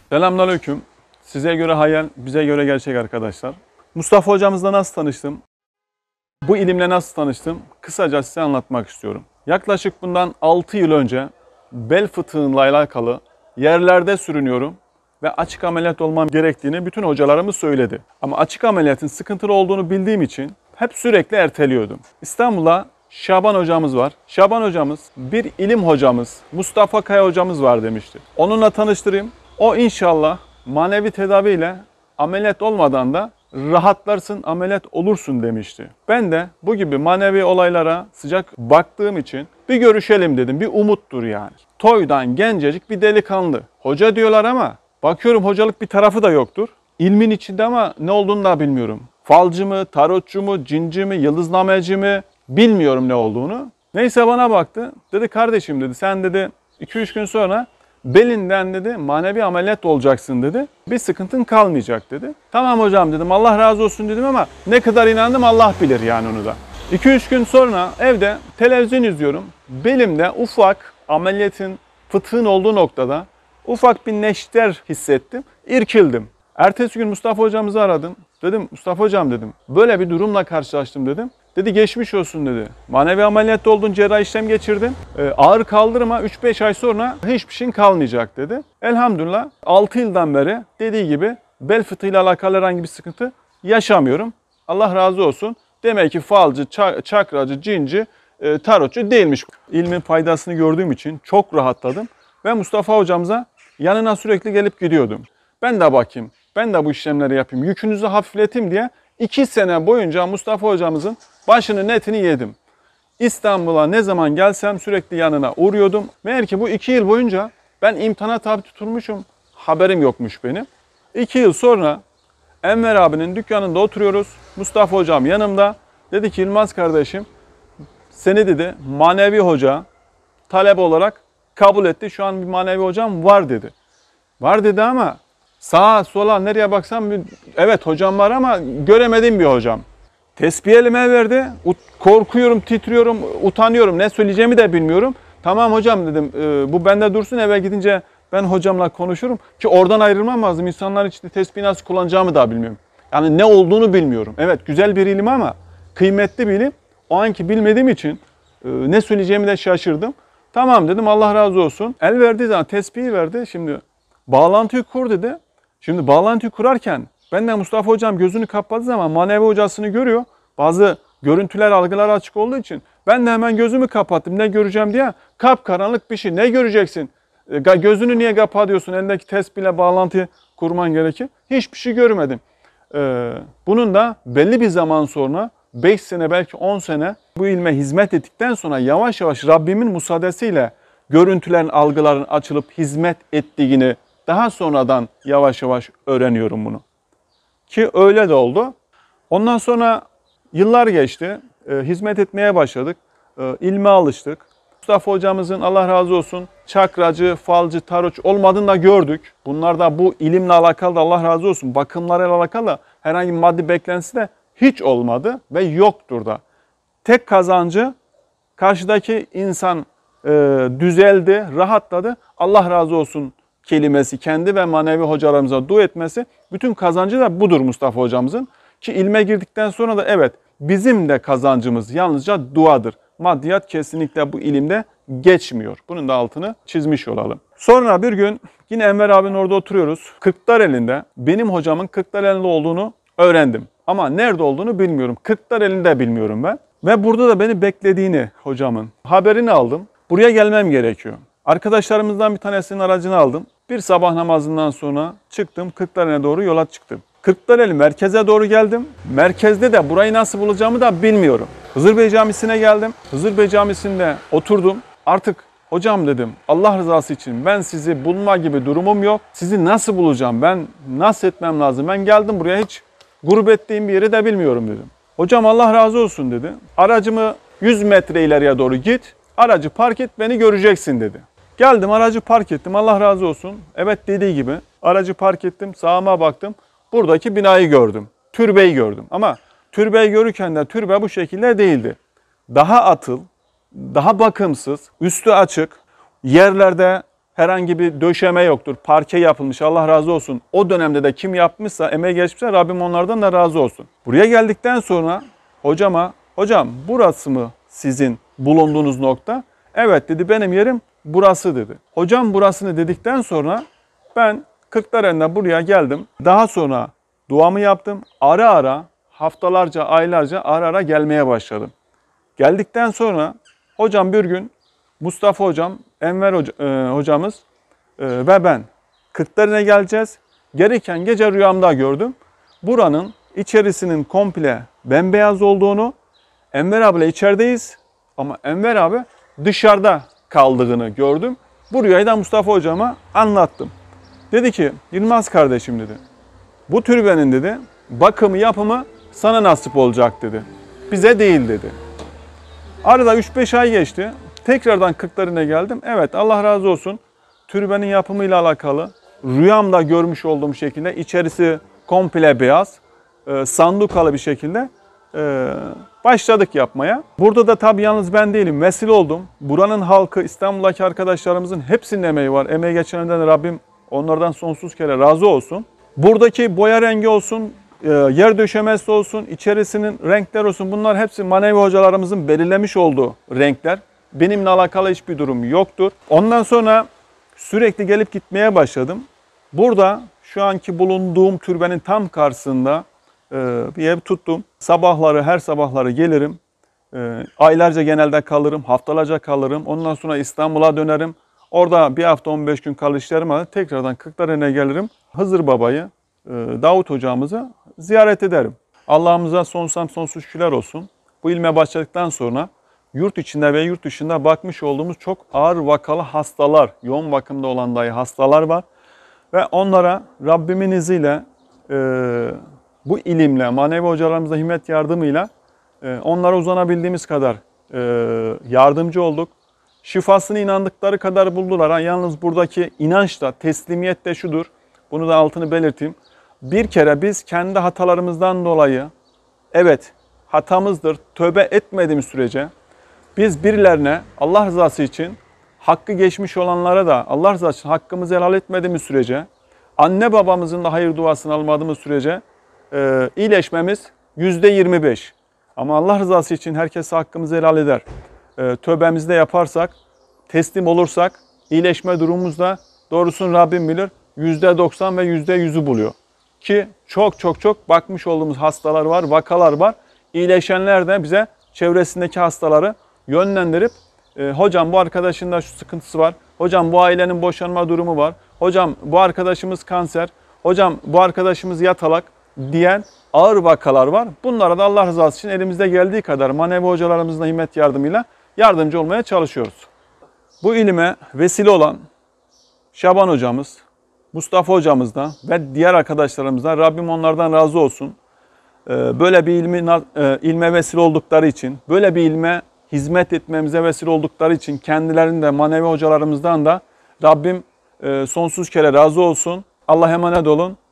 Selamünaleyküm. Size göre hayal, bize göre gerçek arkadaşlar. Mustafa hocamızla nasıl tanıştım? Bu ilimle nasıl tanıştım? Kısaca size anlatmak istiyorum. Yaklaşık bundan 6 yıl önce bel fıtığıyla alakalı yerlerde sürünüyorum ve açık ameliyat olmam gerektiğini bütün hocalarımız söyledi. Ama açık ameliyatın sıkıntılı olduğunu bildiğim için hep sürekli erteliyordum. İstanbul'da Şaban hocamız var. Şaban hocamız bir ilim hocamız, Mustafa Kaya hocamız var demişti. Onunla tanıştırayım. O inşallah manevi tedaviyle ameliyat olmadan da rahatlarsın, ameliyat olursun demişti. Ben de bu gibi manevi olaylara sıcak baktığım için bir görüşelim dedim. Bir umuttur yani. Toydan gencecik bir delikanlı. Hoca diyorlar ama bakıyorum hocalık bir tarafı da yoktur. İlmin içinde ama ne olduğunu da bilmiyorum. Falcı mı, tarotçu mu, cinci mi, yıldıznameci mi bilmiyorum ne olduğunu. Neyse bana baktı. Dedi kardeşim dedi sen dedi 2-3 gün sonra belinden dedi manevi ameliyat olacaksın dedi. Bir sıkıntın kalmayacak dedi. Tamam hocam dedim Allah razı olsun dedim ama ne kadar inandım Allah bilir yani onu da. 2-3 gün sonra evde televizyon izliyorum. Belimde ufak ameliyatın fıtığın olduğu noktada ufak bir neşter hissettim. İrkildim. Ertesi gün Mustafa hocamızı aradım. Dedim Mustafa hocam dedim böyle bir durumla karşılaştım dedim. Dedi geçmiş olsun dedi. Manevi ameliyatta oldun, cerrahi işlem geçirdin. Ağır kaldırma 3-5 ay sonra hiçbir şeyin kalmayacak dedi. Elhamdülillah 6 yıldan beri dediği gibi bel fıtığıyla alakalı herhangi bir sıkıntı yaşamıyorum. Allah razı olsun. Demek ki falcı, çakracı, cinci, tarotçu değilmiş. İlmin faydasını gördüğüm için çok rahatladım. Ve Mustafa hocamıza yanına sürekli gelip gidiyordum. Ben de bakayım, ben de bu işlemleri yapayım, yükünüzü hafifleteyim diye 2 sene boyunca Mustafa hocamızın başının etini yedim. İstanbul'a ne zaman gelsem sürekli yanına uğruyordum. Meğer ki bu 2 yıl boyunca ben imtihana tabi tutulmuşum. Haberim yokmuş benim. 2 yıl sonra Enver abinin dükkanında oturuyoruz. Mustafa hocam yanımda. Dedi ki Yılmaz kardeşim seni dedi manevi hoca talep olarak kabul etti. Şu an bir manevi hocam var dedi. Var dedi ama sağa sola nereye baksam evet hocam var ama göremediğim bir hocam. Tesbih elime verdi. Korkuyorum, titriyorum, utanıyorum. Ne söyleyeceğimi de bilmiyorum. Tamam hocam dedim bu bende dursun eve gidince ben hocamla konuşurum. Ki oradan ayrılmam lazım. İnsanlar için tesbih nasıl kullanacağımı da bilmiyorum. Yani ne olduğunu bilmiyorum. Evet güzel bir ilim ama kıymetli bir ilim. O anki bilmediğim için ne söyleyeceğimi de şaşırdım. Tamam dedim Allah razı olsun. El verdiği zaman tesbihi verdi. Şimdi bağlantıyı kur dedi. Şimdi bağlantıyı kurarken benden Mustafa hocam gözünü kapadığı zaman manevi hocasını görüyor. Bazı görüntüler, algılar açık olduğu için ben de hemen gözümü kapattım. Ne göreceğim diye kapkaranlık bir şey. Ne göreceksin? Gözünü niye kapatıyorsun? Elindeki tespihle bağlantıyı kurman gerekir. Hiçbir şey görmedim. Bunun da belli bir zaman sonra 5 sene belki 10 sene bu ilme hizmet ettikten sonra yavaş yavaş Rabbimin müsaadesiyle görüntülerin, algıların açılıp hizmet ettiğini daha sonradan yavaş yavaş öğreniyorum bunu. Ki öyle de oldu. Ondan sonra yıllar geçti. Hizmet etmeye başladık. İlme alıştık. Mustafa hocamızın Allah razı olsun çakracı, falcı, tarotçu olmadığını da gördük. Bunlar da bu ilimle alakalı da Allah razı olsun. Bakımlarıyla alakalı da herhangi bir maddi beklentisi de hiç olmadı ve yoktur da. Tek kazancı karşıdaki insan düzeldi, rahatladı. Allah razı olsun kelimesi kendi ve manevi hocalarımıza dua etmesi bütün kazancı da budur Mustafa hocamızın. Ki ilme girdikten sonra da evet bizim de kazancımız yalnızca duadır. Maddiyat kesinlikle bu ilimde geçmiyor. Bunun da altını çizmiş olalım. Sonra bir gün yine Enver abinin orada oturuyoruz. Kırklareli'nde benim hocamın Kırklareli'nde olduğunu öğrendim. Ama nerede olduğunu bilmiyorum. Kırklareli'nde bilmiyorum ben. Ve burada da beni beklediğini hocamın haberini aldım. Buraya gelmem gerekiyor. Arkadaşlarımızdan bir tanesinin aracını aldım. Bir sabah namazından sonra çıktım. Kırklareli'ne doğru yola çıktım. Kırklareli merkeze doğru geldim. Merkezde de burayı nasıl bulacağımı da bilmiyorum. Hızır Bey Camisi'ne geldim. Hızır Bey Camisi'nde oturdum. Artık hocam dedim Allah rızası için ben sizi bulma gibi durumum yok. Sizi nasıl bulacağım? Ben nasıl etmem lazım? Ben geldim buraya hiç gurbettiğim bir yeri de bilmiyorum dedim. Hocam Allah razı olsun dedi. Aracımı 100 metre ileriye doğru git. Aracı park et beni göreceksin dedi. Geldim aracı park ettim Allah razı olsun. Evet dediği gibi aracı park ettim sağıma baktım. Buradaki binayı gördüm. Türbeyi gördüm ama türbeyi görürken de türbe bu şekilde değildi. Daha atıl, daha bakımsız, üstü açık, yerlerde Herhangi bir döşeme yoktur. Parke yapılmış. Allah razı olsun. O dönemde de kim yapmışsa, emeği geçmişse Rabbim onlardan da razı olsun. Buraya geldikten sonra hocam burası mı sizin bulunduğunuz nokta? Evet dedi, benim yerim burası dedi. Hocam burasını dedikten sonra ben Kırklareli'nden buraya geldim. Daha sonra duamı yaptım. Ara ara, haftalarca, aylarca ara ara gelmeye başladım. Geldikten sonra hocam bir gün Mustafa hocam, Enver hocamız ve ben Kırklareli'ne geleceğiz. Gereken gece rüyamda gördüm. Buranın içerisinin komple bembeyaz olduğunu, Enver abiyle içerideyiz ama Enver abi dışarıda kaldığını gördüm. Bu rüyayı da Mustafa hocama anlattım. Dedi ki Yılmaz kardeşim dedi, bu türbenin dedi bakımı yapımı sana nasip olacak dedi. Bize değil dedi. Arada 3-5 ay geçti. Tekrardan Kırklareli'ne geldim. Evet Allah razı olsun. Türbenin yapımıyla alakalı rüyamda görmüş olduğum şekilde içerisi komple beyaz, sandukalı bir şekilde başladık yapmaya. Burada da tabii yalnız ben değilim. Vesile oldum. Buranın halkı, İstanbul'daki arkadaşlarımızın hepsinin emeği var. Emeği geçenlerden de Rabbim onlardan sonsuz kere razı olsun. Buradaki boya rengi olsun, yer döşemesi olsun, içerisinin renkler olsun, bunlar hepsi manevi hocalarımızın belirlemiş olduğu renkler. Benimle alakalı hiçbir durum yoktur. Ondan sonra sürekli gelip gitmeye başladım. Burada şu anki bulunduğum türbenin tam karşısında bir ev tuttum. Sabahları, her sabahları gelirim. Aylarca genelde kalırım, haftalarca kalırım. Ondan sonra İstanbul'a dönerim. Orada bir hafta 15 gün kalır işlerim var. Tekrardan Kırklareli'ne gelirim. Hızır Baba'yı, Davut hocamızı ziyaret ederim. Allah'ımıza sonsuz şükürler olsun. Bu ilme başladıktan sonra yurt içinde ve yurt dışında bakmış olduğumuz çok ağır vakalı hastalar, yoğun bakımda olan dahi hastalar var. Ve onlara Rabbimin izniyle bu ilimle, manevi hocalarımızla himmet yardımıyla onlara uzanabildiğimiz kadar yardımcı olduk. Şifasını inandıkları kadar buldular. Yalnız buradaki inanç da, teslimiyet de şudur. Bunu da altını belirteyim. Bir kere biz kendi hatalarımızdan dolayı, evet hatamızdır, tövbe etmediğimiz sürece biz birilerine Allah rızası için, hakkı geçmiş olanlara da Allah rızası için hakkımızı helal etmediğimiz sürece, anne babamızın da hayır duasını almadığımız sürece iyileşmemiz %25. Ama Allah rızası için herkes hakkımızı helal eder. Tövbemizi de yaparsak, teslim olursak iyileşme durumumuz da doğrusunu Rabbim bilir %90 ve %100'ü buluyor. Ki çok bakmış olduğumuz hastalar var, vakalar var. İyileşenler de bize çevresindeki hastaları yönlendirip hocam bu arkadaşın da şu sıkıntısı var. Hocam bu ailenin boşanma durumu var. Hocam bu arkadaşımız kanser. Hocam bu arkadaşımız yatalak diyen ağır vakalar var. Bunlara da Allah rızası için elimizde geldiği kadar manevi hocalarımızın himmet yardımıyla yardımcı olmaya çalışıyoruz. Bu ilime vesile olan Şaban hocamız, Mustafa hocamız da ve diğer arkadaşlarımızdan Rabbim onlardan razı olsun. Böyle bir ilme vesile oldukları için, böyle bir ilme hizmet etmemize vesile oldukları için kendilerinin de manevi hocalarımızdan da Rabbim sonsuz kere razı olsun. Allah'a emanet olun.